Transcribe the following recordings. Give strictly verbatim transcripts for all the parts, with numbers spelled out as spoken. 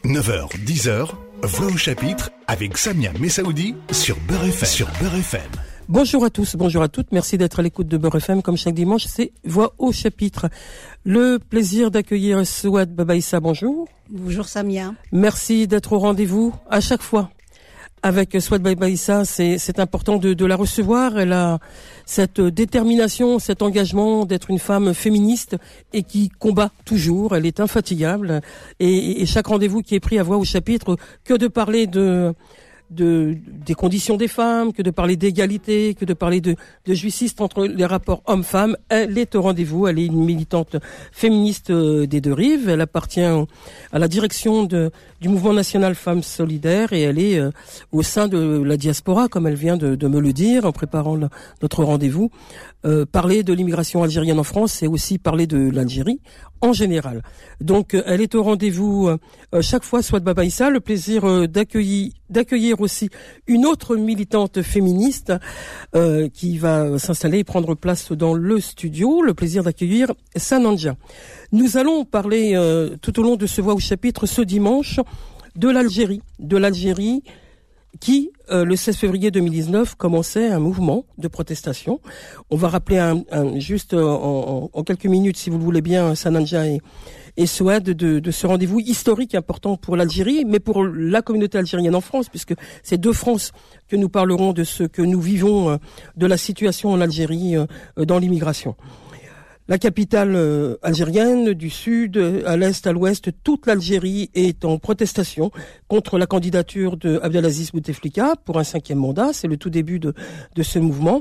neuf heures, dix heures, Voix au chapitre avec Samia Messaoudi sur Beurre F M. Sur Beurre F M. Bonjour à tous, bonjour à toutes. Merci d'être à l'écoute de Beurre F M. Comme chaque dimanche, c'est Voix au chapitre. Le plaisir d'accueillir Souad Babaïssa. Bonjour. Bonjour Samia. Merci d'être au rendez-vous à chaque fois. Avec Souad Babaïssa, c'est, c'est important de, de la recevoir. Elle a cette détermination, cet engagement d'être une femme féministe et qui combat toujours. Elle est infatigable. Et, et chaque rendez-vous qui est pris à Voix au chapitre, que de parler de... De, des conditions des femmes, que de parler d'égalité, que de parler de, de justice entre les rapports hommes-femmes. Elle est au rendez-vous, elle est une militante féministe des deux rives, elle appartient à la direction de, du mouvement national Femmes Solidaires et elle est euh, au sein de la diaspora, comme elle vient de, de me le dire en préparant le, notre rendez-vous. Euh, parler de l'immigration algérienne en France, c'est aussi parler de l'Algérie en général. Donc, euh, elle est au rendez-vous euh, chaque fois, Souad Babaïssa. Le plaisir euh, d'accueillir, d'accueillir aussi une autre militante féministe euh, qui va s'installer et prendre place dans le studio. Le plaisir d'accueillir Sananja. Nous allons parler euh, tout au long de ce Voix au chapitre ce dimanche de l'Algérie, de l'Algérie. qui, euh, le seize février deux mille dix-neuf, commençait un mouvement de protestation. On va rappeler un, un, juste en, en, en quelques minutes, si vous le voulez bien, Sananja et, et Souad, de, de ce rendez-vous historique important pour l'Algérie, mais pour la communauté algérienne en France, puisque c'est de France que nous parlerons de ce que nous vivons, euh, de la situation en Algérie euh, dans l'immigration. La capitale euh, algérienne, du sud à l'est, à l'ouest, toute l'Algérie est en protestation contre la candidature de Abdelaziz Bouteflika pour un cinquième mandat. C'est le tout début de, de ce mouvement.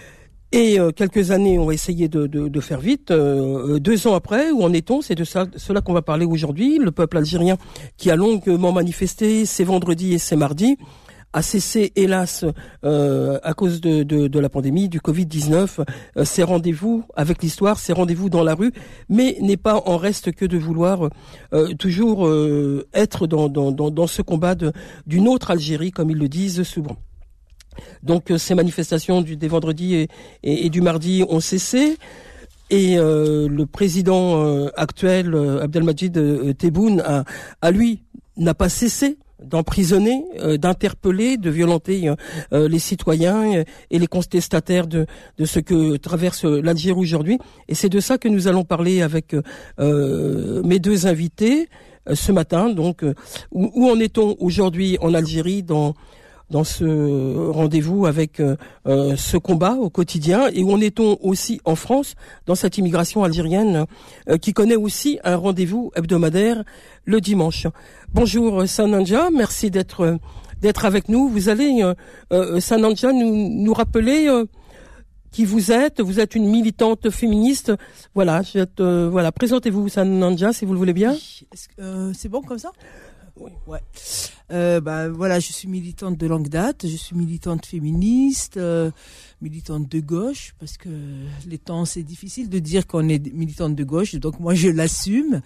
Et euh, quelques années, on va essayer de, de, de faire vite. Euh, deux ans après, où en est-on ? C'est de ça, cela qu'on va parler aujourd'hui. Le peuple algérien qui a longuement manifesté, c'est vendredi et c'est mardi, a cessé, hélas, euh, à cause de, de, de la pandémie, du covid dix-neuf, euh, ses rendez-vous avec l'histoire, ses rendez-vous dans la rue, mais n'est pas en reste que de vouloir euh, toujours euh, être dans, dans, dans, dans ce combat de, d'une autre Algérie, comme ils le disent souvent. Donc euh, ces manifestations du, des vendredis et, et, et du mardi ont cessé. Et euh, le président euh, actuel, euh, Abdelmadjid euh, Tebboune, a, a lui, n'a pas cessé d'emprisonner, euh, d'interpeller, de violenter euh, les citoyens euh, et les contestataires de, de ce que traverse l'Algérie aujourd'hui. Et c'est de ça que nous allons parler avec euh, mes deux invités euh, ce matin. Donc, euh, où, où en est-on aujourd'hui en Algérie dans dans ce rendez-vous avec euh, euh, ce combat au quotidien, et où en est-on aussi en France dans cette immigration algérienne euh, qui connaît aussi un rendez-vous hebdomadaire le dimanche. Bonjour Sananja, merci d'être d'être avec nous. Vous allez euh, euh, Sananja nous nous rappeler euh, qui vous êtes. Vous êtes une militante féministe. Voilà, je êtes, euh, voilà, présentez-vous Sananja si vous le voulez bien. Est-ce que, euh, c'est bon comme ça? Oui. Ouais. Euh, bah voilà, je suis militante de longue date, je suis militante féministe, euh, militante de gauche, parce que les temps c'est difficile de dire qu'on est militante de gauche, donc moi je l'assume.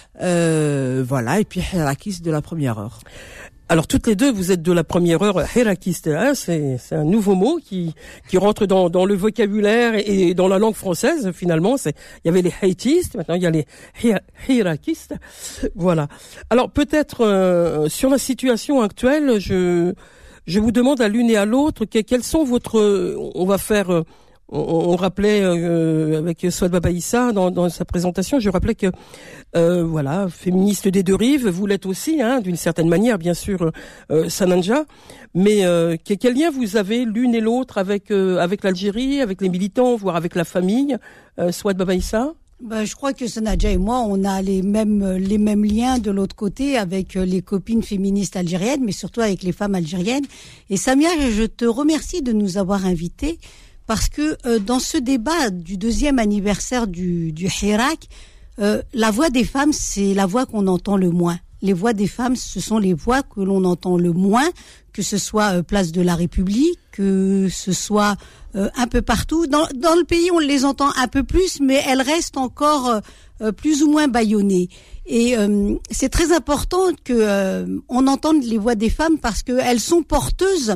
Euh, voilà, et puis hirakiste de la première heure. Alors toutes les deux, vous êtes de la première heure hirakiste. Hein, c'est, c'est un nouveau mot qui qui rentre dans dans le vocabulaire et dans la langue française. Finalement, c'est il y avait les haïtistes, maintenant il y a les hirakistes. Voilà. Alors peut-être euh, sur la situation actuelle, je je vous demande à l'une et à l'autre que, quels sont votre. On va faire. Euh, On, on rappelait euh, avec Souad Babaïssa dans, dans sa présentation, je rappelais que euh, voilà, féministe des deux rives, vous l'êtes aussi, hein, d'une certaine manière, bien sûr, euh, Sananja. Mais euh, quel lien vous avez l'une et l'autre avec euh, avec l'Algérie, avec les militants, voire avec la famille, euh, Souad Babaïssa? Ben, je crois que Sananja et moi, on a les mêmes les mêmes liens de l'autre côté avec les copines féministes algériennes, mais surtout avec les femmes algériennes. Et Samia, je te remercie de nous avoir invités. Parce que euh, dans ce débat du deuxième anniversaire du, du Hirak, euh, la voix des femmes, c'est la voix qu'on entend le moins. Les voix des femmes, ce sont les voix que l'on entend le moins, que ce soit euh, place de la République, que ce soit euh, un peu partout. Dans, dans le pays, on les entend un peu plus, mais elles restent encore euh, plus ou moins bâillonnées. Et euh, c'est très important que euh, on entende les voix des femmes parce qu'elles sont porteuses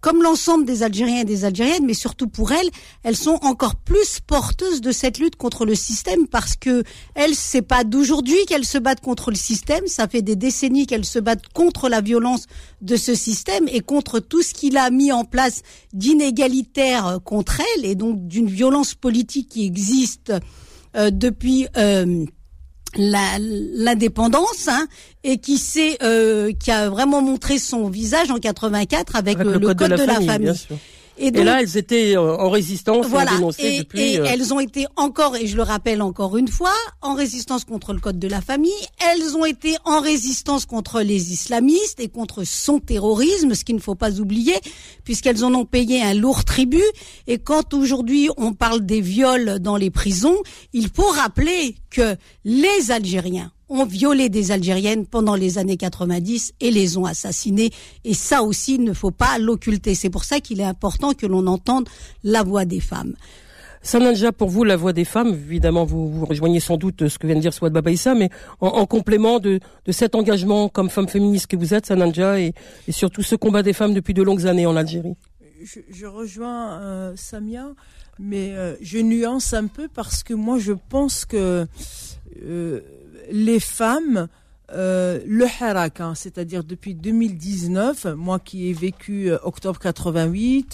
comme l'ensemble des Algériens et des Algériennes, mais surtout pour elles, elles sont encore plus porteuses de cette lutte contre le système parce que elles, c'est pas d'aujourd'hui qu'elles se battent contre le système, ça fait des décennies qu'elles se battent contre la violence de ce système et contre tout ce qu'il a mis en place d'inégalitaire contre elles et donc d'une violence politique qui existe euh, depuis euh, La, l'indépendance hein, et qui s'est euh, qui a vraiment montré son visage en quatre-vingt-quatre avec, avec euh, le, le code, code de la, de famille. La famille. Bien sûr. Et, donc, et là, elles étaient en résistance, voilà, dénoncées et, depuis. Et euh... elles ont été encore, et je le rappelle encore une fois, en résistance contre le code de la famille. Elles ont été en résistance contre les islamistes et contre son terrorisme, ce qu'il ne faut pas oublier, puisqu'elles en ont payé un lourd tribut. Et quand aujourd'hui on parle des viols dans les prisons, il faut rappeler que les Algériens ont violé des Algériennes pendant les années quatre-vingt-dix et les ont assassinées. Et ça aussi, il ne faut pas l'occulter. C'est pour ça qu'il est important que l'on entende la voix des femmes. Sananja, pour vous, la voix des femmes, évidemment, vous, vous rejoignez sans doute ce que vient de dire Souad Babaïssa, mais en, en complément de, de cet engagement comme femme féministe que vous êtes, Sananja, et, et surtout ce combat des femmes depuis de longues années en Algérie. Je, je rejoins euh, Samia, mais euh, je nuance un peu parce que moi, je pense que euh, les femmes, euh, le Hirak, hein, c'est-à-dire depuis deux mille dix-neuf, moi qui ai vécu euh, octobre quatre-vingt-huit,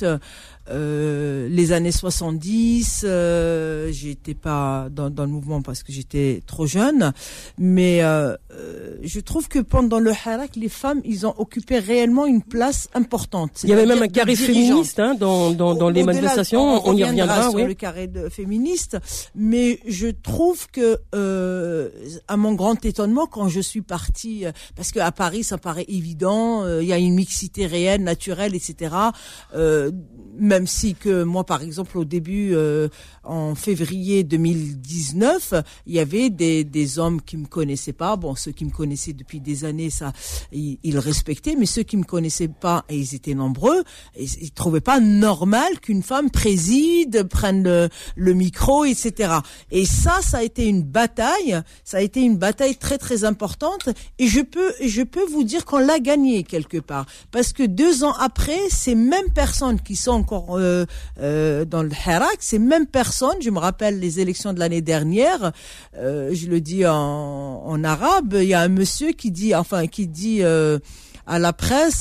euh, les années soixante-dix, euh, j'étais pas dans, dans le mouvement parce que j'étais trop jeune, mais euh, euh, je trouve que pendant le Hirak, les femmes, ils ont occupé réellement une place importante. Il y avait même un carré féministe hein, dans, dans, dans les manifestations, on, on y reviendra. Sur oui. le carré de féministe, mais je trouve que, euh, à mon grand étonnement, quand je suis partie, parce qu'à Paris, ça paraît évident, il euh, y a une mixité réelle, naturelle, et cetera. Euh, même si que moi, par exemple, au début, euh, en février deux mille dix-neuf, il y avait des, des hommes qui me connaissaient pas. Bon, ceux qui me connaissaient depuis des années, ça, ils, ils respectaient, mais ceux qui me connaissaient pas, et ils étaient nombreux, ils, ils trouvaient pas normal qu'une femme préside, prenne le, le micro, et cetera. Et ça, ça a été une bataille, ça a été une bataille très très importante, et je peux, je peux vous dire qu'on l'a gagné quelque part, parce que deux ans après, ces mêmes personnes qui sont encore euh, euh, dans le Hirak, ces mêmes personnes, je me rappelle les élections de l'année dernière, euh, je le dis en, en arabe, il y a un monsieur qui dit, enfin qui dit euh, à la presse,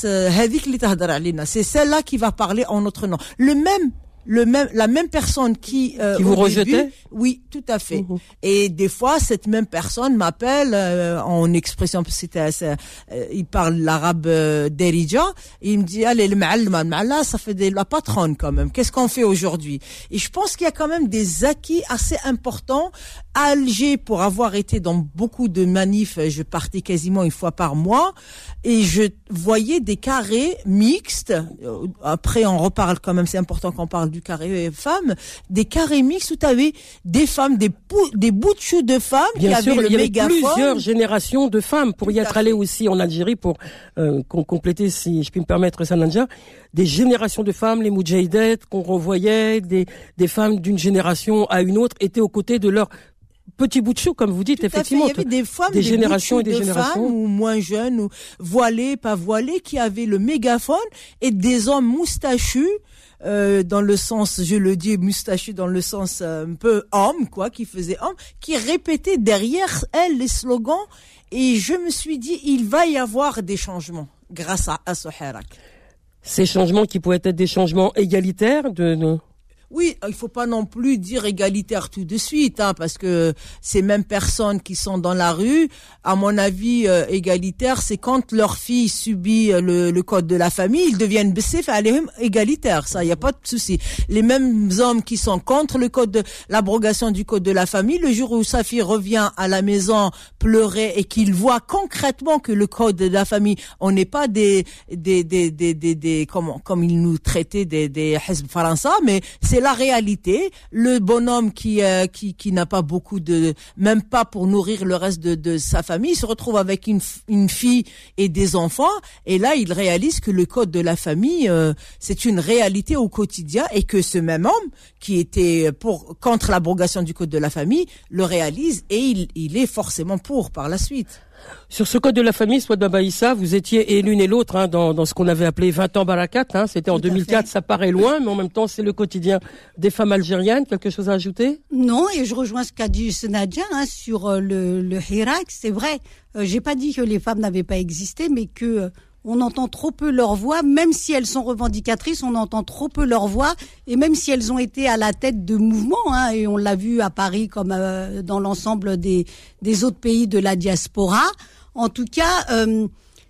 c'est celle-là qui va parler en notre nom. Le même le même la même personne qui euh, qui vous rejetait, oui, tout à fait. Mmh. Et des fois cette même personne m'appelle euh, en expression, c'était euh, il parle l'arabe euh, derija, et il me dit allez le ma'allama ma'alla, ça fait de la patronne quand même, qu'est-ce qu'on fait aujourd'hui? Et je pense qu'il y a quand même des acquis assez importants à Alger. Pour avoir été dans beaucoup de manifs, je partais quasiment une fois par mois et je voyais des carrés mixtes. Après on reparle quand même, c'est important qu'on parle du carré femmes, des carrés mixtes où tu avais des femmes, des, pou- des bouts de chou de femmes Bien qui sûr, avaient le il y avait mégaphone. Plusieurs générations de femmes pour Tout y être allées aussi en Algérie pour euh, compléter, si je puis me permettre, Sananja, des générations de femmes, les moudjahidettes qu'on revoyait, des, des femmes d'une génération à une autre étaient aux côtés de leur petit bout de chou, comme vous dites, Tout effectivement. Il y avait des femmes, des, des générations et des de générations. Femmes, ou moins jeunes, ou voilées, pas voilées, qui avaient le mégaphone, et des hommes moustachus, euh, dans le sens, je le dis, moustachus dans le sens euh, un peu homme, quoi, qui faisaient homme, qui répétaient derrière elles les slogans, et je me suis dit, il va y avoir des changements grâce à, à ce Hirak. Ces changements qui pourraient être des changements égalitaires de... de... Oui, il faut pas non plus dire égalitaire tout de suite, hein, parce que ces mêmes personnes qui sont dans la rue, à mon avis, euh, égalitaire, c'est quand leur fille subit le, le code de la famille, ils deviennent bessif, aléhum, égalitaire. Ça, il y a pas de souci. Les mêmes hommes qui sont contre le code de l'abrogation du code de la famille, le jour où sa fille revient à la maison pleurer et qu'il voit concrètement que le code de la famille, on n'est pas des des des des des, des comment comme ils nous traitaient des des Hizb Faransa, mais c'est la réalité. Le bonhomme qui euh, qui qui n'a pas beaucoup de, même pas pour nourrir le reste de de sa famille, se retrouve avec une une fille et des enfants, et là il réalise que le code de la famille euh, c'est une réalité au quotidien, et que ce même homme qui était pour contre l'abrogation du code de la famille le réalise, et il il est forcément pour par la suite. Sur ce code de la famille, Souad Baba Issa, vous étiez et l'une et l'autre hein, dans, dans ce qu'on avait appelé vingt ans Barakat. Hein, c'était en deux mille quatre, ça paraît loin, mais en même temps, c'est le quotidien des femmes algériennes. Quelque chose à ajouter? Non, et je rejoins ce qu'a dit Senadja hein, sur euh, le, le Hirak. C'est vrai, euh, j'ai pas dit que les femmes n'avaient pas existé, mais que euh, on entend trop peu leur voix, même si elles sont revendicatrices, on entend trop peu leur voix, et même si elles ont été à la tête de mouvements, hein, et on l'a vu à Paris comme euh, dans l'ensemble des, des autres pays de la diaspora. En tout cas, euh,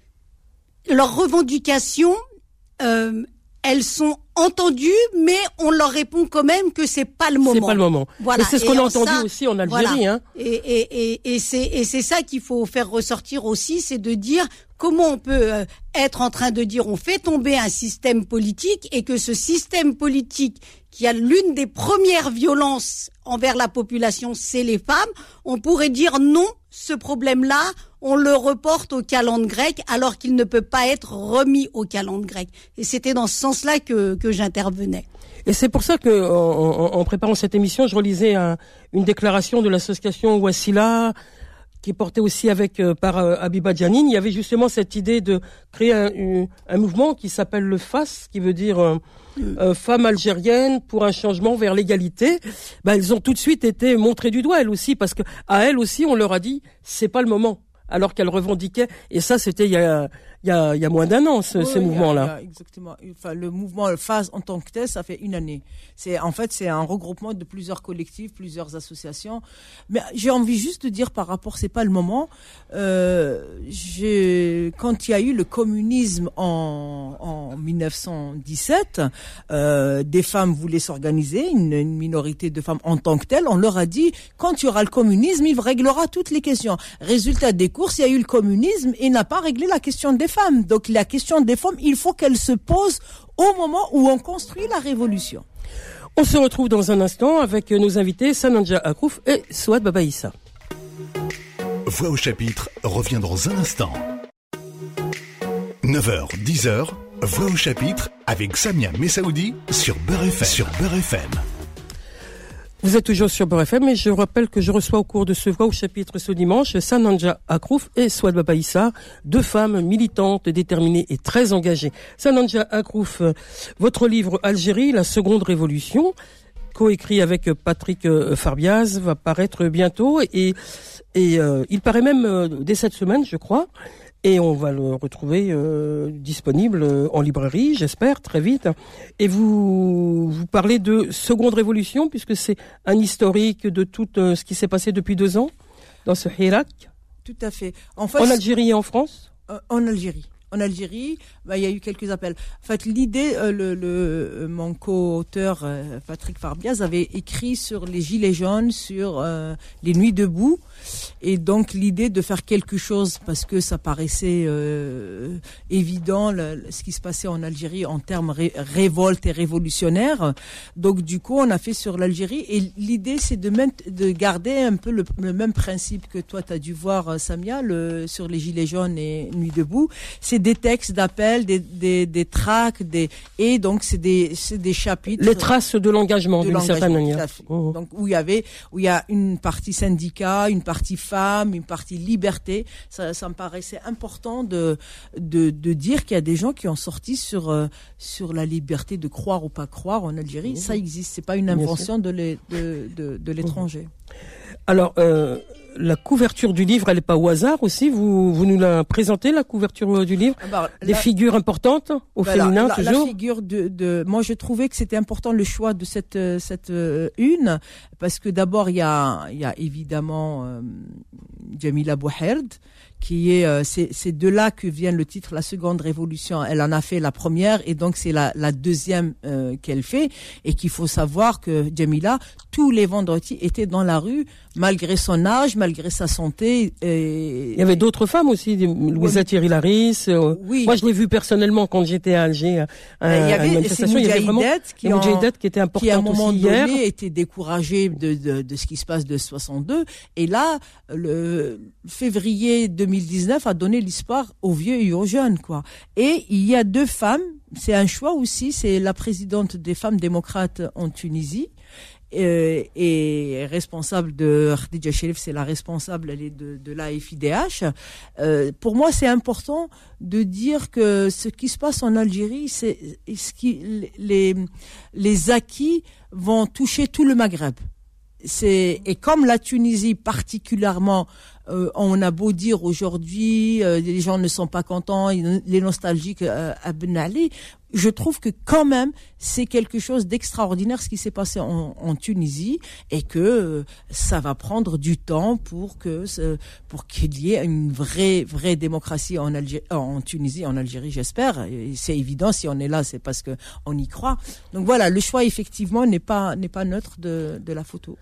leurs revendications, euh, elles sont entendues, mais on leur répond quand même que c'est pas le moment. C'est pas le moment. Voilà. Et c'est ce qu'on et a entendu ça, aussi en Algérie. Voilà. Hein. Et, et, et, et c'est et c'est ça qu'il faut faire ressortir aussi, c'est de dire comment on peut euh, être en train de dire on fait tomber un système politique et que ce système politique qui a l'une des premières violences envers la population, c'est les femmes. On pourrait dire non, ce problème-là, on le reporte au calende grec alors qu'il ne peut pas être remis au calende grec. Et c'était dans ce sens-là que, que j'intervenais. Et c'est pour ça que, en, en, en préparant cette émission, je relisais un, une déclaration de l'association Wassila, qui est portée aussi avec euh, par euh, Habiba Djanine. Il y avait justement cette idée de créer un, un, un mouvement qui s'appelle le F A S, qui veut dire euh, euh, Femmes algériennes pour un changement vers l'égalité. Ben, elles ont tout de suite été montrées du doigt, elles aussi, parce que à elles aussi, on leur a dit, c'est pas le moment. Alors qu'elles revendiquaient, et ça c'était il y a il y a il y a moins d'un an ce, oui, ces mouvements-là. Exactement. Enfin, le mouvement F A S en tant que tel, ça fait une année. C'est en fait c'est un regroupement de plusieurs collectifs, plusieurs associations. Mais j'ai envie juste de dire par rapport, c'est pas le moment. Euh, j'ai quand il y a eu le communisme en en mille neuf cent dix-sept, euh, des femmes voulaient s'organiser, une, une minorité de femmes en tant que telles. On leur a dit quand il y aura le communisme, il réglera toutes les questions. Résultat des courses, il y a eu le communisme et n'a pas réglé la question des femmes. Donc la question des femmes, il faut qu'elle se pose au moment où on construit la révolution. On se retrouve dans un instant avec nos invités Sanandja Akrouf et Souad Baba Issa. Voix au chapitre revient dans un instant. neuf heures, dix heures, Voix au chapitre avec Samia Messaoudi sur Beurre F M. Sur Beurre F M. Vous êtes toujours sur Beurre F M et je rappelle que je reçois au cours de ce Voix au chapitre ce dimanche Sanandja Akrouf et Souad Baba Issa, deux femmes militantes, déterminées et très engagées. Sanandja Akrouf, votre livre Algérie, la seconde révolution, coécrit avec Patrick Farbiaz, va paraître bientôt et, et euh, il paraît même euh, dès cette semaine, je crois. Et on va le retrouver euh, disponible en librairie, j'espère, très vite. Et vous vous parlez de seconde révolution, puisque c'est un historique de tout euh, ce qui s'est passé depuis deux ans dans ce Hirak. Tout à fait. En, fait, en Algérie et en France euh, En Algérie. En Algérie, bah, il y a eu quelques appels. En fait, l'idée, euh, le, le, mon co-auteur euh, Patrick Farbiaz avait écrit sur les gilets jaunes, sur euh, les nuits debout, et donc l'idée de faire quelque chose parce que ça paraissait euh, évident le, ce qui se passait en Algérie en termes ré, révolte et révolutionnaire. Donc du coup, on a fait sur l'Algérie et l'idée, c'est de, même, de garder un peu le, le même principe que toi, tu as dû voir, Samia, le, sur les gilets jaunes et nuits debout. C'est des textes d'appel, des, des, des tracts, des, et donc c'est des, c'est des chapitres. Les traces de l'engagement, d'une certaine manière. Mmh. Donc où il y avait, où il y a une partie syndicat, une partie femme, une partie liberté. Ça, ça me paraissait important de, de, de dire qu'il y a des gens qui ont sorti sur, euh, sur la liberté de croire ou pas croire en Algérie. Mmh. Ça existe. C'est pas une invention de, les, de, de, de l'étranger. Mmh. Alors, euh, la couverture du livre, elle n'est pas au hasard aussi. Vous, vous nous la présentez, la couverture du livre. Alors, des la, figures importantes au voilà, féminin, la, toujours. La figure de, de, moi, je trouvais que c'était important le choix de cette, cette euh, une, parce que d'abord, il y a, il y a évidemment euh, Jamila Bouherd, qui est, euh, c'est, c'est de là que vient le titre La Seconde Révolution. Elle en a fait la première et donc c'est la, la deuxième euh, qu'elle fait, et qu'il faut savoir que Jamila, tous les vendredis, était dans la rue, malgré son âge, malgré sa santé. Et... Il y avait d'autres femmes aussi, Louisa oui. Thierry Laris. Euh, oui. Moi, je l'ai vu personnellement quand j'étais à Alger. À, il y avait, à une manifestation. Il y avait vraiment qui, en, qui était importante qui à un moment aussi donné hier. était découragée de, de, de ce qui se passe de soixante-deux. Et là, le février deux mille dix-neuf a donné l'espoir aux vieux et aux jeunes, quoi. Et il y a deux femmes. C'est un choix aussi. C'est la présidente des femmes démocrates en Tunisie. euh, est responsable de Khadija Cherif, c'est la responsable, elle est de, de l'A F I D H. Euh, pour moi, c'est important de dire que ce qui se passe en Algérie, c'est ce qui les les acquis vont toucher tout le Maghreb. C'est et comme la Tunisie particulièrement, euh, on a beau dire aujourd'hui, euh, les gens ne sont pas contents, les nostalgiques euh, à Ben Ali. Je trouve que quand même c'est quelque chose d'extraordinaire ce qui s'est passé en, en Tunisie et que euh, ça va prendre du temps pour que pour qu'il y ait une vraie vraie démocratie en Algérie, en Tunisie, en Algérie, j'espère. Et c'est évident, si on est là, c'est parce que on y croit. Donc voilà, le choix effectivement n'est pas n'est pas neutre de de la photo.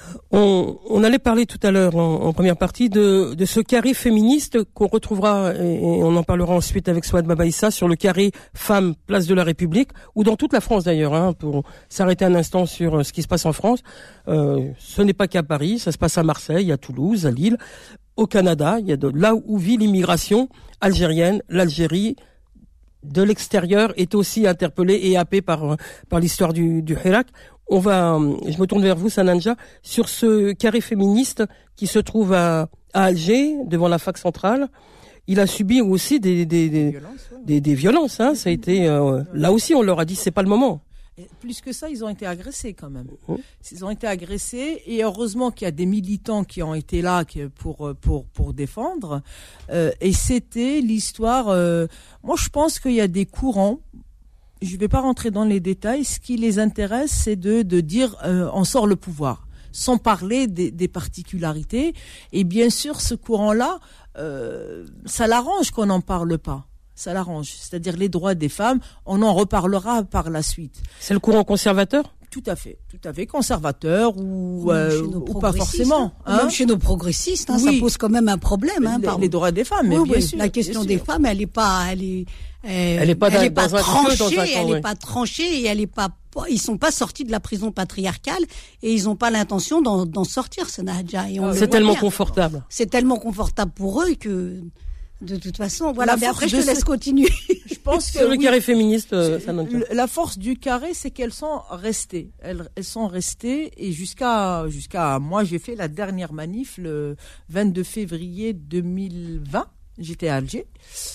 On, on allait parler tout à l'heure en, en première partie de, de ce carré féministe qu'on retrouvera et, et on en parlera ensuite avec Souad Babaïssa sur le carré Femmes Place de la République ou dans toute la France d'ailleurs, hein, pour s'arrêter un instant sur ce qui se passe en France. Euh, ce n'est pas qu'à Paris, ça se passe à Marseille, à Toulouse, à Lille, au Canada. Il y a de, là où vit l'immigration algérienne, l'Algérie de l'extérieur est aussi interpellée et happée par par l'histoire du, du Hirak. On va, je me tourne vers vous, Sananja, sur ce carré féministe qui se trouve à, à Alger, devant la fac centrale. Il a subi aussi des des des, violences, ouais. des, des violences. Hein. Ça a été euh, là aussi, on leur a dit c'est pas le moment. Et plus que ça, ils ont été agressés quand même. Ils ont été agressés et heureusement qu'il y a des militants qui ont été là pour pour pour défendre. Euh, et c'était l'histoire. Euh, moi, je pense qu'il y a des courants. Je ne vais pas rentrer dans les détails. Ce qui les intéresse, c'est de, de dire euh, on sort le pouvoir, sans parler des, des particularités. Et bien sûr, ce courant-là, euh, ça l'arrange qu'on n'en parle pas. Ça l'arrange. C'est-à-dire les droits des femmes, on en reparlera par la suite. C'est le courant conservateur ? Tout à fait, tout à fait conservateur ou, euh, ou pas forcément. Hein. Même chez nos progressistes, hein, oui. Ça pose quand même un problème. Hein, les, les droits des femmes, mais oui, bien oui. sûr. La question des femmes, elle n'est pas, elle est, elle, elle est pas, elle est pas dans tranchée, un elle camp, n'est oui. pas tranchée et elle est pas. Ils sont pas sortis de la prison patriarcale et ils n'ont pas l'intention d'en, d'en sortir, ce Nadja. Et on c'est tellement bien. confortable. C'est tellement confortable pour eux que. De toute façon, voilà. La mais après, je te ce... laisse continuer. Je pense que sur le oui, carré féministe, euh, ça la force du carré, c'est qu'elles sont restées. Elles, elles sont restées et jusqu'à, jusqu'à, moi, j'ai fait la dernière manif le vingt-deux février deux mille vingt. J'étais à Alger.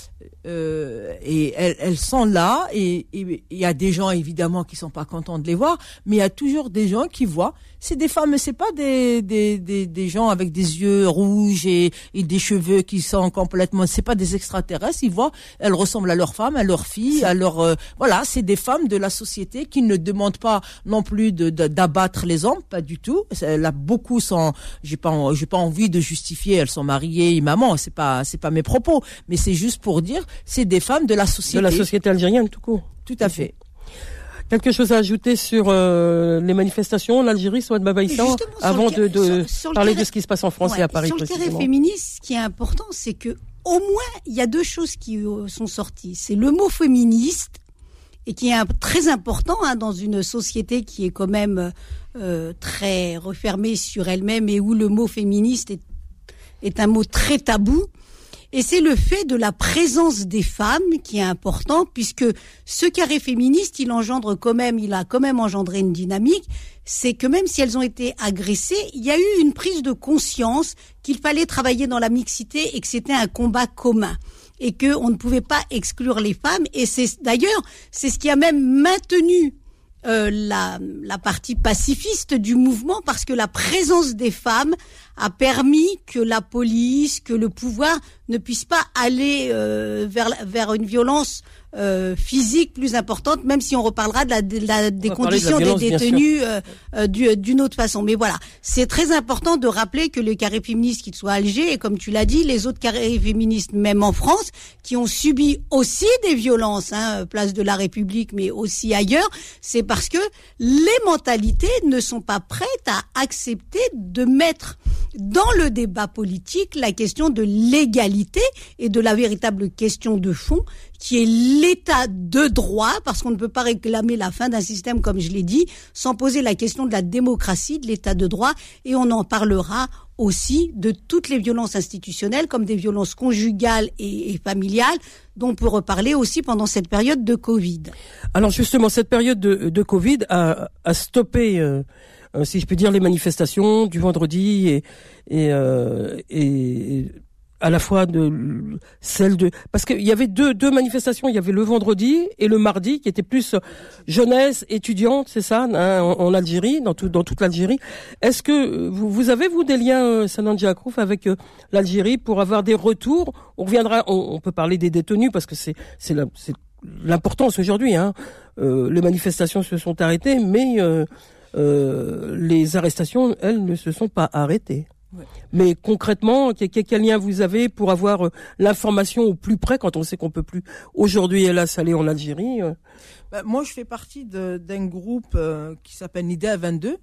Euh, et elles, elles sont là et il y a des gens évidemment qui sont pas contents de les voir, mais il y a toujours des gens qui voient. C'est des femmes, c'est pas des des des, des gens avec des yeux rouges et, et des cheveux qui sont complètement. C'est pas des extraterrestres. Ils voient, elles ressemblent à leurs femmes, à leurs filles, à leur euh, voilà. C'est des femmes de la société qui ne demandent pas non plus de, de d'abattre les hommes, pas du tout. Là, beaucoup sont. J'ai pas j'ai pas envie de justifier. Elles sont mariées, et maman. C'est pas c'est pas mes propos, mais c'est juste pour dire. C'est des femmes de la société. De la société algérienne, tout court. Tout à fait. Quelque chose à ajouter sur euh, les manifestations en Algérie, Souad Babaïssa, avant de, de sur, sur parler carré, de ce qui se passe en France ouais, et à Paris sur précisément. Sur le carré féministe, ce qui est important, c'est que au moins, il y a deux choses qui euh, sont sorties. C'est le mot féministe, et qui est un, très important hein, dans une société qui est quand même euh, très refermée sur elle-même et où le mot féministe est, est un mot très tabou. Et c'est le fait de la présence des femmes qui est important, puisque ce carré féministe, il engendre quand même, il a quand même engendré une dynamique. C'est que même si elles ont été agressées, il y a eu une prise de conscience qu'il fallait travailler dans la mixité et que c'était un combat commun. Et que on ne pouvait pas exclure les femmes. Et c'est, d'ailleurs, c'est ce qui a même maintenu euh, la, la partie pacifiste du mouvement, parce que la présence des femmes a permis que la police, que le pouvoir ne puisse pas aller euh, vers vers une violence euh, physique plus importante, même si on reparlera de la, de la des conditions de la violence, des détenus euh, euh, du, d'une autre façon. Mais voilà, c'est très important de rappeler que le carré féministe, qu'il soit à Alger, et comme tu l'as dit, les autres carrés féministes, même en France, qui ont subi aussi des violences, hein, place de la République, mais aussi ailleurs, c'est parce que les mentalités ne sont pas prêtes à accepter de mettre dans le débat politique la question de l'égalité et de la véritable question de fond qui est l'état de droit, parce qu'on ne peut pas réclamer la fin d'un système, comme je l'ai dit, sans poser la question de la démocratie, de l'état de droit, et on en parlera aussi de toutes les violences institutionnelles, comme des violences conjugales et, et familiales, dont on peut reparler aussi pendant cette période de Covid. Alors justement, cette période de, de Covid a, a stoppé euh, euh, si je peux dire, les manifestations du vendredi et et, euh, et à la fois de celle de parce qu'il y avait deux deux manifestations, il y avait le vendredi et le mardi qui étaient plus jeunesse étudiante, c'est ça, hein, en, en Algérie, dans tout dans toute l'Algérie. Est-ce que vous vous avez vous des liens euh, Sanandja Akrouf avec euh, l'Algérie pour avoir des retours? On reviendra, on, on peut parler des détenus parce que c'est c'est la, c'est l'importance aujourd'hui, hein. Euh, les manifestations se sont arrêtées, mais euh, euh, les arrestations, elles, ne se sont pas arrêtées. Ouais. Mais concrètement, quel, quel lien vous avez pour avoir euh, l'information au plus près quand on sait qu'on peut plus aujourd'hui, hélas, aller en Algérie euh... ben, Moi, je fais partie de, d'un groupe euh, qui s'appelle Nida vingt-deux.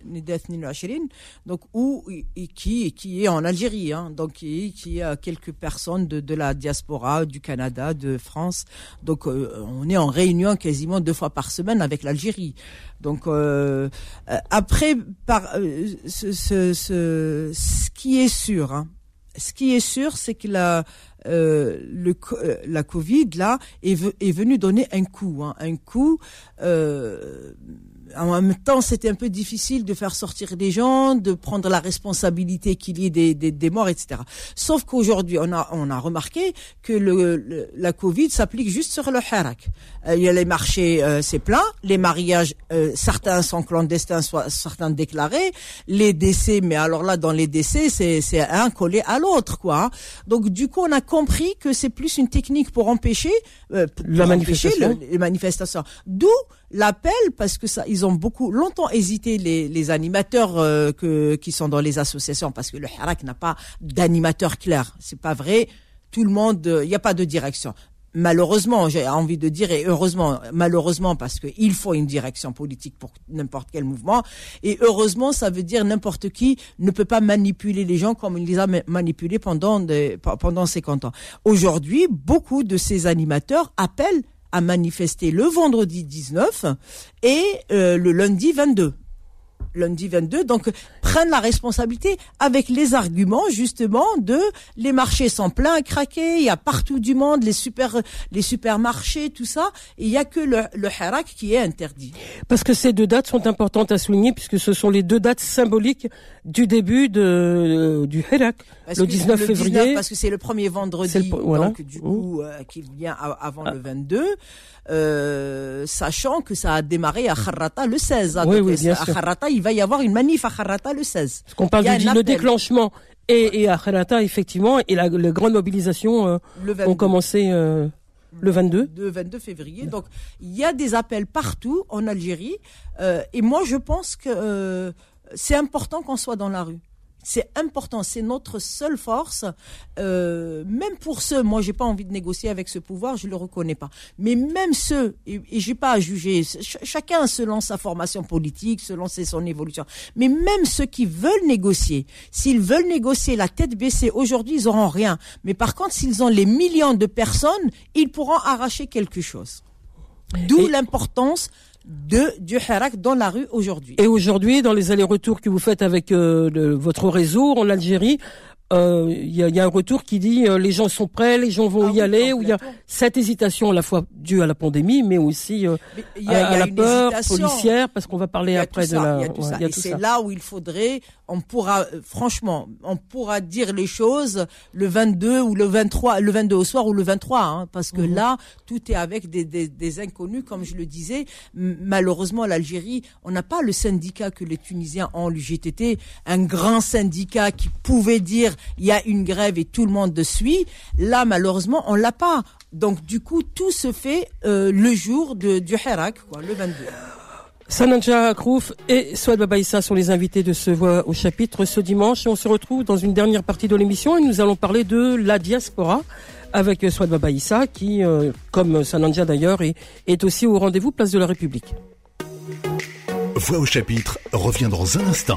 Donc où et qui qui est en Algérie, hein, donc qui qui a quelques personnes de de la diaspora, du Canada, de France. Donc euh, on est en réunion quasiment deux fois par semaine avec l'Algérie. Donc euh, après par euh, ce, ce ce ce qui est sûr, hein, ce qui est sûr, c'est que la euh, le la Covid là est est venue donner un coup, hein, un coup. Euh, En même temps, c'était un peu difficile de faire sortir des gens, de prendre la responsabilité qu'il y ait des, des, des morts, et cetera. Sauf qu'aujourd'hui, on a, on a remarqué que le, le, la Covid s'applique juste sur le Hirak. Euh, il y a les marchés, euh, c'est plein. Les mariages, euh, certains sont clandestins, soit certains déclarés. Les décès, mais alors là, dans les décès, c'est, c'est un collé à l'autre, quoi. Donc, du coup, on a compris que c'est plus une technique pour empêcher, euh, pour la empêcher manifestation. Le, les manifestations. D'où l'appel, parce que ça, ils ont beaucoup longtemps hésité, les, les animateurs euh, que, qui sont dans les associations, parce que le Hirak n'a pas d'animateur clair. C'est pas vrai. Tout le monde, il n'y a pas de direction. Malheureusement, j'ai envie de dire, et heureusement, malheureusement, parce que il faut une direction politique pour n'importe quel mouvement, et heureusement, ça veut dire n'importe qui ne peut pas manipuler les gens comme il les a manipulés pendant des, pendant cinquante ans. Aujourd'hui, beaucoup de ces animateurs appellent à manifester le vendredi dix-neuf et euh, le lundi vingt-deux. Lundi vingt-deux, donc prennent la responsabilité avec les arguments justement de les marchés sont pleins à craquer, il y a partout du monde, les super les supermarchés, tout ça, et il y a que le, le Hirak qui est interdit. Parce que ces deux dates sont importantes à souligner puisque ce sont les deux dates symboliques du début de du Hirak, parce le dix-neuf le février. dix-neuf, parce que c'est le premier vendredi, le, voilà. donc du coup euh, qui vient avant ah. le vingt-deux. Euh, sachant que ça a démarré à Kharrata le seize. Oui, oui, bien à sûr. Kharrata, il va y avoir une manif à Kharrata le seize. Parce qu'on parle du le déclenchement et, et à Kharrata, effectivement, et la, la grande mobilisation euh, ont commencé euh, le vingt-deux. Le vingt-deux février. Donc, il y a des appels partout en Algérie. Euh, et moi, je pense que euh, c'est important qu'on soit dans la rue. C'est important, c'est notre seule force. Euh, même pour ceux, moi j'ai pas envie de négocier avec ce pouvoir, je le reconnais pas. Mais même ceux, et, et j'ai pas à juger, ch- chacun selon sa formation politique, selon ses, son évolution. Mais même ceux qui veulent négocier, s'ils veulent négocier la tête baissée, aujourd'hui ils auront rien. Mais par contre, s'ils ont les millions de personnes, ils pourront arracher quelque chose. D'où et... l'importance de du Hirak dans la rue aujourd'hui. Et aujourd'hui, dans les allers-retours que vous faites avec euh, le, votre réseau en Algérie, il euh, y, a, y a un retour qui dit euh, les gens sont prêts, les gens vont ah y oui, aller, où il y a cette hésitation à la fois due à la pandémie, mais aussi euh, mais y a, à, à la peur policière, parce qu'on va parler après de la. Il y a tout ça. Ouais, y a tout Et c'est ça. Là où il faudrait, on pourra, euh, franchement, on pourra dire les choses le vingt-deux ou le vingt-trois, le vingt-deux au soir ou le vingt-trois, hein, parce que mmh. là, tout est avec des, des, des inconnus, comme je le disais. Malheureusement, l'Algérie, on n'a pas le syndicat que les Tunisiens ont, l'U G T T, un grand syndicat qui pouvait dire il y a une grève et tout le monde suit. Là, malheureusement, on l'a pas. Donc, du coup, tout se fait euh, le jour de, du Hirak, quoi, le vingt-deux. Sanandja Akrouf et Souad Baba Issa sont les invités de ce Voix au chapitre ce dimanche. Et on se retrouve dans une dernière partie de l'émission et nous allons parler de la diaspora avec Souad Baba Issa qui, euh, comme Sanandja d'ailleurs, est, est aussi au rendez-vous Place de la République. Voix au chapitre revient dans un instant.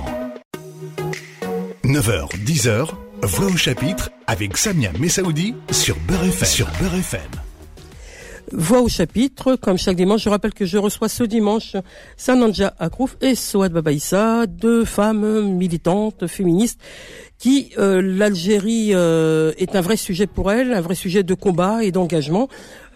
neuf heures, dix heures, Voix au chapitre avec Samia Messaoudi sur Beurre F M. Sur Beurre F M. Voix au chapitre, comme chaque dimanche, je rappelle que je reçois ce dimanche Sanandja Akrouf et Souad Baba Issa, deux femmes militantes, féministes, qui, euh, l'Algérie euh, est un vrai sujet pour elles, un vrai sujet de combat et d'engagement.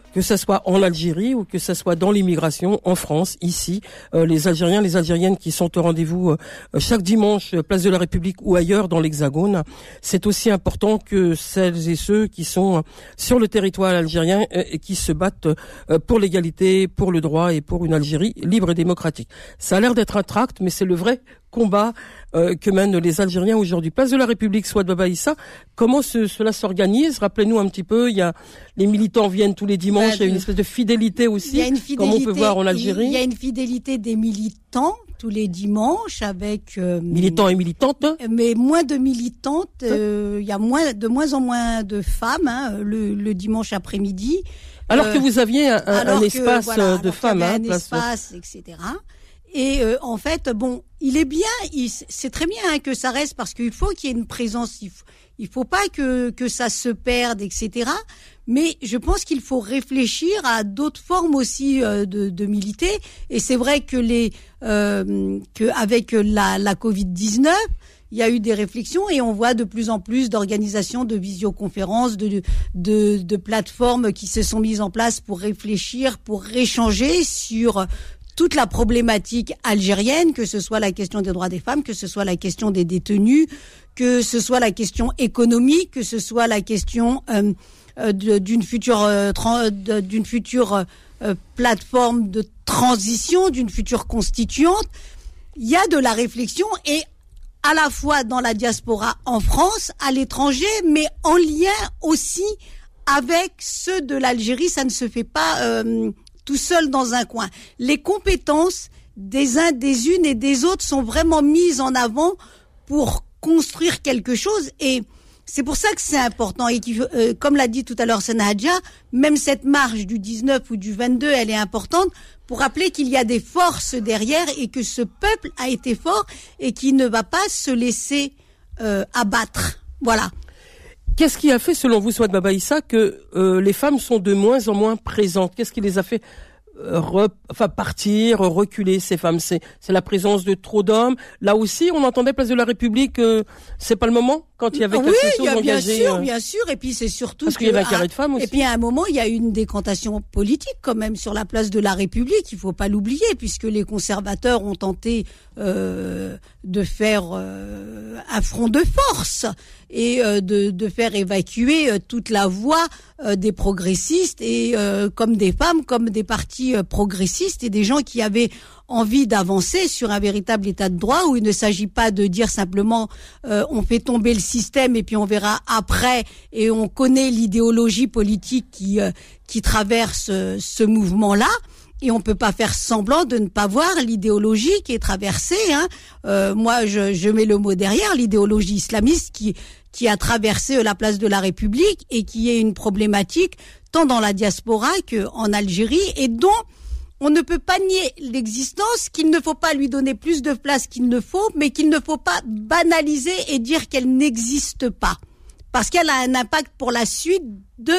que ça soit en Algérie ou que ça soit dans l'immigration en France, ici, euh, les Algériens, les Algériennes qui sont au rendez-vous euh, chaque dimanche, place de la République ou ailleurs dans l'Hexagone, c'est aussi important que celles et ceux qui sont sur le territoire algérien euh, et qui se battent euh, pour l'égalité, pour le droit et pour une Algérie libre et démocratique. Ça a l'air d'être un tract, mais c'est le vrai combat euh, que mènent les Algériens aujourd'hui. Place de la République, Souad Baba Issa, comment ce, cela s'organise? Rappelez-nous un petit peu, il y a les militants viennent tous les dimanches, bah, il y a une espèce de fidélité aussi, il y a une fidélité, comme on peut voir en Algérie. Il y a une fidélité des militants tous les dimanches avec euh, militants et militantes, mais moins de militantes. Euh, il y a moins, de moins en moins de femmes hein, le, le dimanche après-midi. Alors euh, que vous aviez un, un que, espace voilà, de femmes, hein, un place... espace, et cetera. Et euh, en fait, bon, il est bien, il, c'est très bien hein, que ça reste parce qu'il faut qu'il y ait une présence. Il faut, il faut pas que que ça se perde, et cetera. Mais je pense qu'il faut réfléchir à d'autres formes aussi euh, de, de militer. Et c'est vrai que les euh, que avec la la covid dix-neuf, il y a eu des réflexions et on voit de plus en plus d'organisations, de visioconférences, de, de, de plateformes qui se sont mises en place pour réfléchir, pour échanger sur toute la problématique algérienne, que ce soit la question des droits des femmes, que ce soit la question des détenus, que ce soit la question économique, que ce soit la question euh, euh, d'une future, euh, tra- d'une future euh, plateforme de transition, d'une future constituante. Il y a de la réflexion et à la fois dans la diaspora en France, à l'étranger, mais en lien aussi avec ceux de l'Algérie. Ça ne se fait pas euh, tout seul dans un coin. Les compétences des uns, des unes et des autres sont vraiment mises en avant pour construire quelque chose et c'est pour ça que c'est important et qui, euh, comme l'a dit tout à l'heure Sena Hadja, même cette marche du dix-neuf ou du vingt-deux, elle est importante pour rappeler qu'il y a des forces derrière et que ce peuple a été fort et qui ne va pas se laisser euh, abattre. Voilà. Qu'est-ce qui a fait, selon vous, Souad Baba Issa, que euh, les femmes sont de moins en moins présentes? Qu'est-ce qui les a fait euh, re, enfin, partir, reculer, ces femmes? C'est, c'est la présence de trop d'hommes. Là aussi, on entendait Place de la République, euh, c'est pas le moment quand il y avait oui, quelque chose il y a, bien engagé. sûr, euh... bien sûr. Et puis c'est surtout parce qu'il y avait un carré de femmes aussi. Et puis à un moment, il y a eu une décantation politique quand même sur la place de la République. Il faut pas l'oublier, puisque les conservateurs ont tenté euh, de faire euh, un front de force et euh, de, de faire évacuer euh, toute la voix euh, des progressistes et euh, comme des femmes, comme des partis euh, progressistes et des gens qui avaient envie d'avancer sur un véritable état de droit où il ne s'agit pas de dire simplement euh, on fait tomber le système et puis on verra après et on connaît l'idéologie politique qui euh, qui traverse euh, ce mouvement-là et on peut pas faire semblant de ne pas voir l'idéologie qui est traversée. Hein. Euh, moi, je, je mets le mot derrière l'idéologie islamiste qui qui a traversé la place de la République et qui est une problématique tant dans la diaspora qu'en Algérie et dont on ne peut pas nier l'existence, qu'il ne faut pas lui donner plus de place qu'il ne faut, mais qu'il ne faut pas banaliser et dire qu'elle n'existe pas. Parce qu'elle a un impact pour la suite de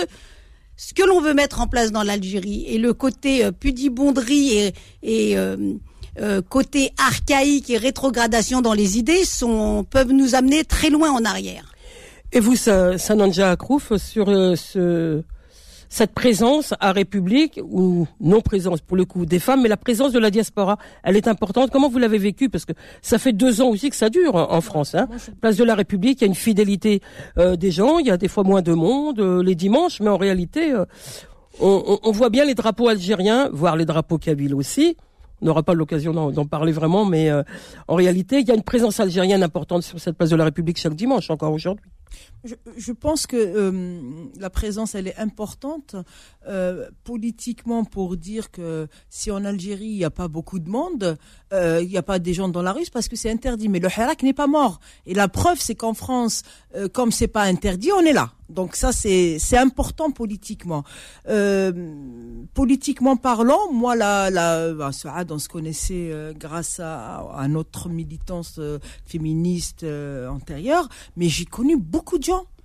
ce que l'on veut mettre en place dans l'Algérie. Et le côté euh, pudibonderie et, et euh, euh, côté archaïque et rétrogradation dans les idées sont, peuvent nous amener très loin en arrière. Et vous, Sananja Akrouf, sur euh, ce... cette présence à République, ou non-présence pour le coup des femmes, mais la présence de la diaspora, elle est importante. Comment vous l'avez vécu? Parce que ça fait deux ans aussi que ça dure en France. Hein. Place de la République, il y a une fidélité euh, des gens, il y a des fois moins de monde euh, les dimanches, mais en réalité, euh, on, on, on voit bien les drapeaux algériens, voire les drapeaux kabyles aussi. On n'aura pas l'occasion d'en, d'en parler vraiment, mais euh, en réalité, il y a une présence algérienne importante sur cette place de la République chaque dimanche, encore aujourd'hui. Je, je pense que euh, la présence, elle est importante euh, politiquement pour dire que si en Algérie, il n'y a pas beaucoup de monde, euh, il n'y a pas des gens dans la rue, c'est parce que c'est interdit. Mais le Hirak n'est pas mort. Et la preuve, c'est qu'en France, euh, comme c'est pas interdit, on est là. Donc ça, c'est c'est important politiquement. Euh, politiquement parlant, moi, la, la, bah, Souad, on se connaissait euh, grâce à, à notre militance euh, féministe euh, antérieure, mais j'ai connu beaucoup de gens.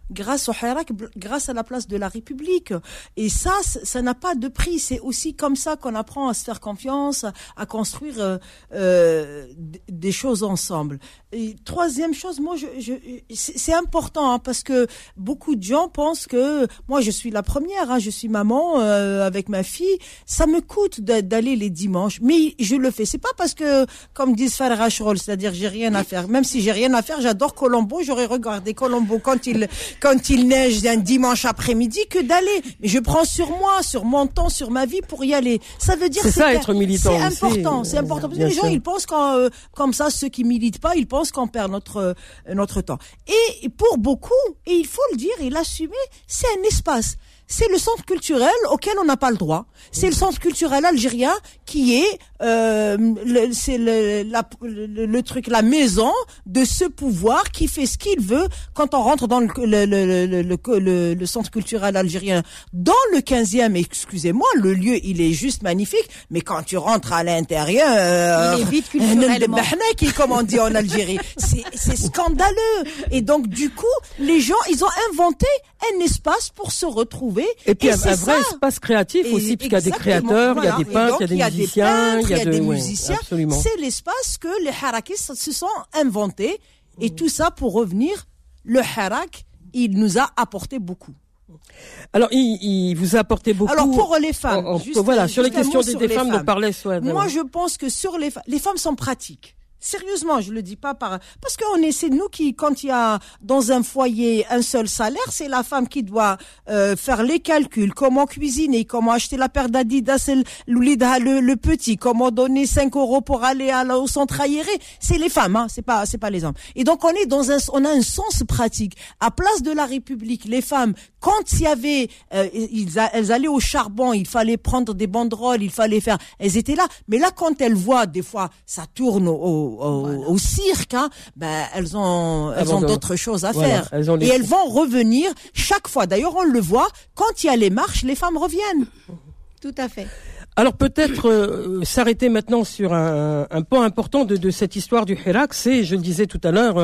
grâce au Hirak, grâce à la place de la République. Et ça, ça n'a pas de prix. C'est aussi comme ça qu'on apprend à se faire confiance, à construire euh, euh, des choses ensemble. Et troisième chose, moi, je, je, c'est important hein, parce que beaucoup de gens pensent que moi, je suis la première, hein, je suis maman euh, avec ma fille. Ça me coûte d'aller les dimanches, mais je le fais. C'est pas parce que, comme disent Farah Rachrol, c'est-à-dire j'ai rien à faire. Même si j'ai rien à faire, j'adore Colombo. J'aurais regardé Colombo quand il quand il neige un dimanche après-midi que d'aller. Mais je prends sur moi, sur mon temps, sur ma vie pour y aller. Ça veut dire c'est, c'est ça être militant. C'est important, c'est important parce que les gens ils pensent quand euh, comme ça ceux qui militent pas, ils pensent qu'on perd notre euh, notre temps. Et pour beaucoup, et il faut le dire et l'assumer, c'est un espace. C'est le centre culturel auquel on n'a pas le droit. C'est le centre culturel algérien qui est, euh, le, c'est le, la, le, le truc, la maison de ce pouvoir qui fait ce qu'il veut quand on rentre dans le, le, le, le, le, le, le centre culturel algérien. Dans le quinzième, excusez-moi, le lieu, il est juste magnifique, mais quand tu rentres à l'intérieur, il est vide culturellement. Comme on dit en Algérie, c'est, c'est scandaleux. Et donc, du coup, les gens, ils ont inventé un espace pour se retrouver. Et puis et un, un vrai ça. espace créatif aussi, puisqu'il y a des créateurs, voilà. il y a des peintres, il y a des musiciens, il y a des, de, musiciens. Oui, c'est l'espace que les harakistes se sont inventés. Et tout ça pour revenir, le harak, il nous a apporté beaucoup. Alors, il, il vous a apporté beaucoup. Alors, pour les femmes, en, en, juste, voilà, sur les questions des, sur des les femmes, femmes. nous parlait Souad. Moi, je pense que sur les femmes, les femmes sont pratiques. Sérieusement, je le dis pas par parce qu'on est c'est nous qui quand il y a dans un foyer un seul salaire, c'est la femme qui doit euh, faire les calculs, comment cuisiner, comment acheter la paire d'Adidas le, le, le petit, comment donner cinq euros pour aller à, au centre aéré, c'est les femmes hein, c'est pas c'est pas les hommes. Et donc on est dans un on a un sens pratique. À place de la République, les femmes quand il y avait euh, ils, elles allaient au charbon, il fallait prendre des banderoles, il fallait faire, elles étaient là. Mais là quand elles voient des fois ça tourne au Au, voilà. au cirque, hein, ben elles ont elles ont d'autres choses à voilà, faire elles les... et elles vont revenir chaque fois. D'ailleurs, on le voit quand il y a les marches, les femmes reviennent. Tout à fait. Alors peut-être euh, s'arrêter maintenant sur un, un point important de, de cette histoire du Hirak, c'est, je le disais tout à l'heure,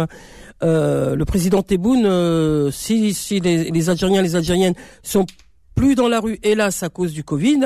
euh, le président Tebboune, euh, si, si les, les Algériens, les Algériennes sont plus dans la rue, hélas à cause du Covid,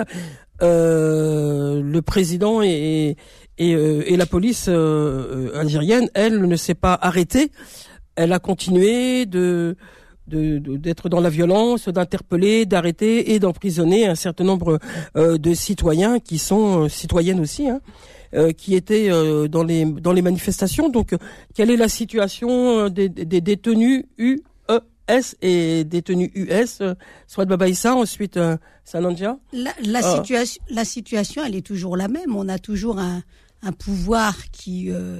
euh, le président et, et, euh, et la police euh, algérienne, elle ne s'est pas arrêtée, elle a continué de De, de, d'être dans la violence, d'interpeller, d'arrêter et d'emprisonner un certain nombre euh, de citoyens qui sont euh, citoyennes aussi, hein, euh, qui étaient euh, dans les dans les manifestations. Donc, euh, quelle est la situation des, des détenus U E S et détenus U S euh, Souad Babaïssa, ensuite euh, Sanandia. La, la euh. situation, la situation, elle est toujours la même. On a toujours un un pouvoir qui euh,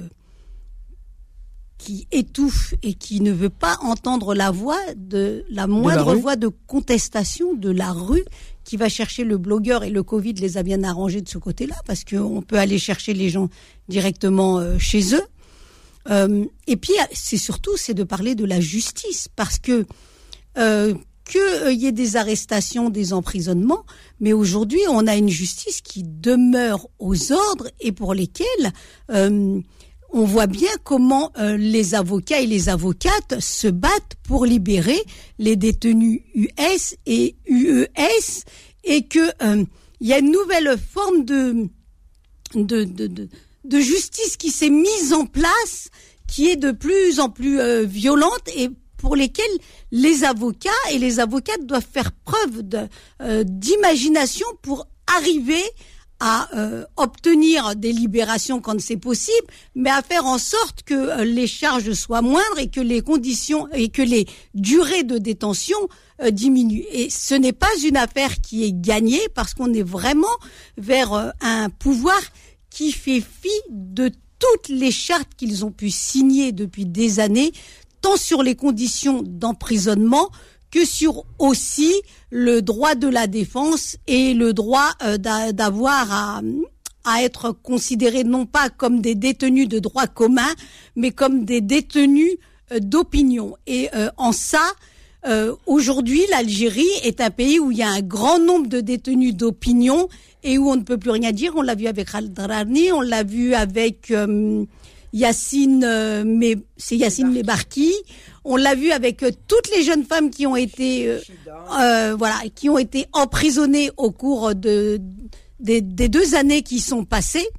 qui étouffe et qui ne veut pas entendre la voix de la moindre de voix de contestation de la rue, qui va chercher le blogueur, et le Covid les a bien arrangés de ce côté-là, parce qu'on peut aller chercher les gens directement euh, chez eux. Euh, et puis, c'est surtout, c'est de parler de la justice, parce que euh, qu'il euh, y ait des arrestations, des emprisonnements, mais aujourd'hui, on a une justice qui demeure aux ordres et pour lesquelles euh, on voit bien comment euh, les avocats et les avocates se battent pour libérer les détenus U S et U E S, et que euh, il y a une nouvelle forme de de de de, de justice qui s'est mise en place, qui est de plus en plus euh, violente, et pour lesquelles les avocats et les avocates doivent faire preuve de, euh, d'imagination pour arriver à euh, obtenir des libérations quand c'est possible, mais à faire en sorte que euh, les charges soient moindres et que les conditions et que les durées de détention euh, diminuent. Et ce n'est pas une affaire qui est gagnée, parce qu'on est vraiment vers euh, un pouvoir qui fait fi de toutes les chartes qu'ils ont pu signer depuis des années, tant sur les conditions d'emprisonnement que sur aussi le droit de la défense et le droit euh, d'avoir à, à être considérés non pas comme des détenus de droit commun, mais comme des détenus euh, d'opinion. Et euh, en ça, euh, aujourd'hui, l'Algérie est un pays où il y a un grand nombre de détenus d'opinion et où on ne peut plus rien dire. On l'a vu avec Al-Darani, on l'a vu avec... Euh, Yacine, euh, mais c'est Yacine Mebarki. On l'a vu avec euh, toutes les jeunes femmes qui ont été, euh, euh, voilà, qui ont été emprisonnées au cours de des, des deux années qui sont passées.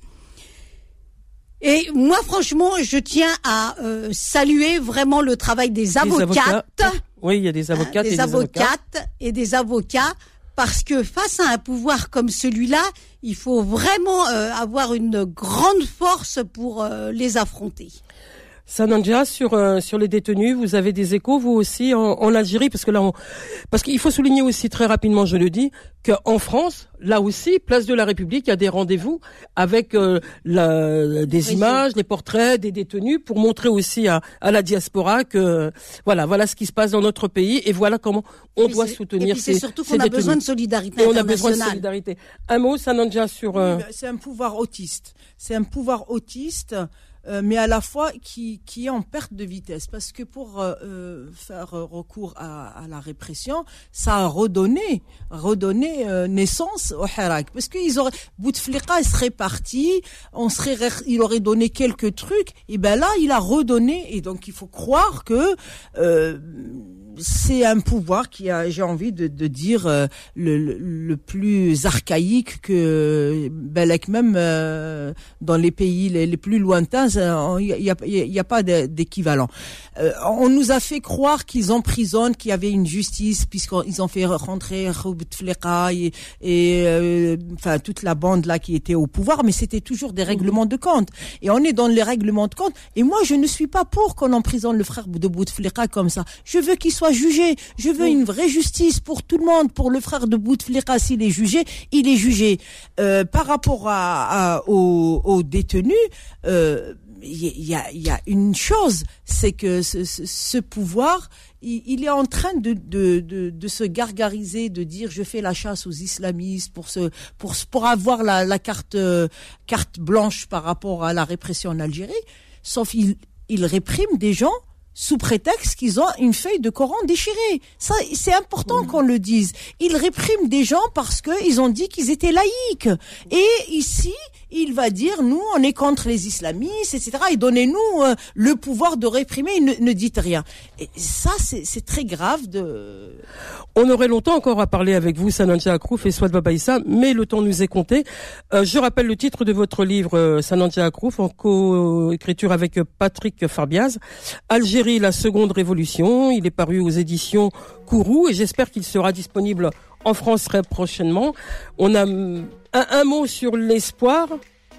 Et moi, franchement, je tiens à euh, saluer vraiment le travail des, des avocates. Avocats. Oui, il y a des avocates hein, des et des avocates avocats. et des avocats, parce que face à un pouvoir comme celui-là, il faut vraiment euh, avoir une grande force pour euh, les affronter. Sanandja, sur euh, sur les détenus, vous avez des échos vous aussi en, en Algérie, parce que là, on, parce qu'il faut souligner aussi très rapidement, je le dis, qu'en France, là aussi, place de la République, il y a des rendez-vous avec euh, la, des Réseau. images, des portraits des détenus, pour montrer aussi à, à la diaspora que voilà, voilà ce qui se passe dans notre pays et voilà comment on doit soutenir. Et puis c'est ces, surtout ces qu'on a détenus. besoin de solidarité et internationale. on a besoin de solidarité. Un mot, Sanandja, sur. Euh... Oui, c'est un pouvoir autiste. C'est un pouvoir autiste. Euh, mais à la fois qui, qui est en perte de vitesse, parce que pour euh, faire recours à, à la répression, ça a redonné, redonné euh, naissance au Hirak, parce qu'ils auraient, Bouteflika serait parti, on serait, il aurait donné quelques trucs, et ben là il a redonné, et donc il faut croire que euh, c'est un pouvoir qui a, j'ai envie de, de dire, euh, le, le, le plus archaïque que, ben, même euh, dans les pays les, les plus lointains, il y a, il y a pas d'équivalent. Euh, on nous a fait croire qu'ils emprisonnent, qu'il y avait une justice, puisqu'ils ont fait rentrer Bouteflika et, et euh, enfin toute la bande là qui était au pouvoir, mais c'était toujours des règlements de compte. Et on est dans les règlements de compte. Et moi, je ne suis pas pour qu'on emprisonne le frère de Bouteflika comme ça. Je veux qu'il soit jugé. Je veux une vraie justice pour tout le monde. Pour le frère de Bouteflika, s'il est jugé, il est jugé. Euh, par rapport à, à aux, aux détenus, euh, il y a, il y a une chose, c'est que ce, ce, ce pouvoir, il, il est en train de, de, de, de se gargariser, de dire je fais la chasse aux islamistes pour se, pour, pour avoir la, la carte, euh, carte blanche par rapport à la répression en Algérie. Sauf il, il réprime des gens sous prétexte qu'ils ont une feuille de Coran déchirée. Ça, c'est important mmh. qu'on le dise. Ils répriment des gens parce que ils ont dit qu'ils étaient laïcs. Et ici, il va dire, nous, on est contre les islamistes, et cetera. Et donnez-nous euh, le pouvoir de réprimer, et ne, ne dites rien. Et ça, c'est, c'est très grave de... On aurait longtemps encore à parler avec vous, Sanandja Akrouf et Souad Baba Issa, mais le temps nous est compté. Euh, je rappelle le titre de votre livre, euh, Sanandja Akrouf, en co-écriture avec Patrick Farbiaz. Algérie, la seconde révolution. Il est paru aux éditions Kourou et j'espère qu'il sera disponible en France très prochainement. On a un, un mot sur l'espoir.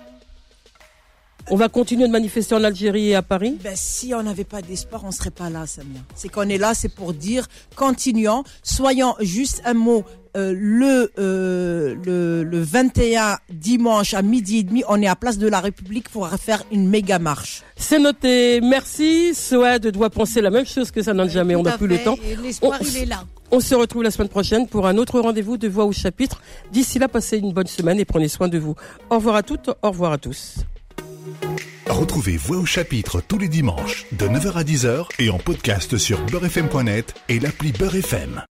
On va continuer de manifester en Algérie et à Paris. Ben, si on n'avait pas d'espoir, on serait pas là, Samia. C'est qu'on est là, c'est pour dire, continuons, soyons juste un mot. Euh, le, euh, le le vingt et un dimanche à midi et demi, on est à Place de la République pour faire une méga marche. C'est noté. Merci. Souad doit penser la même chose que Sanandja, mais on n'a plus le temps. Et l'espoir, on, il est là. On se retrouve la semaine prochaine pour un autre rendez-vous de Voix au chapitre. D'ici là, passez une bonne semaine et prenez soin de vous. Au revoir à toutes, au revoir à tous. Retrouvez Voix au chapitre tous les dimanches de neuf heures à dix heures et en podcast sur beurre f m point net et l'appli Beurre F M.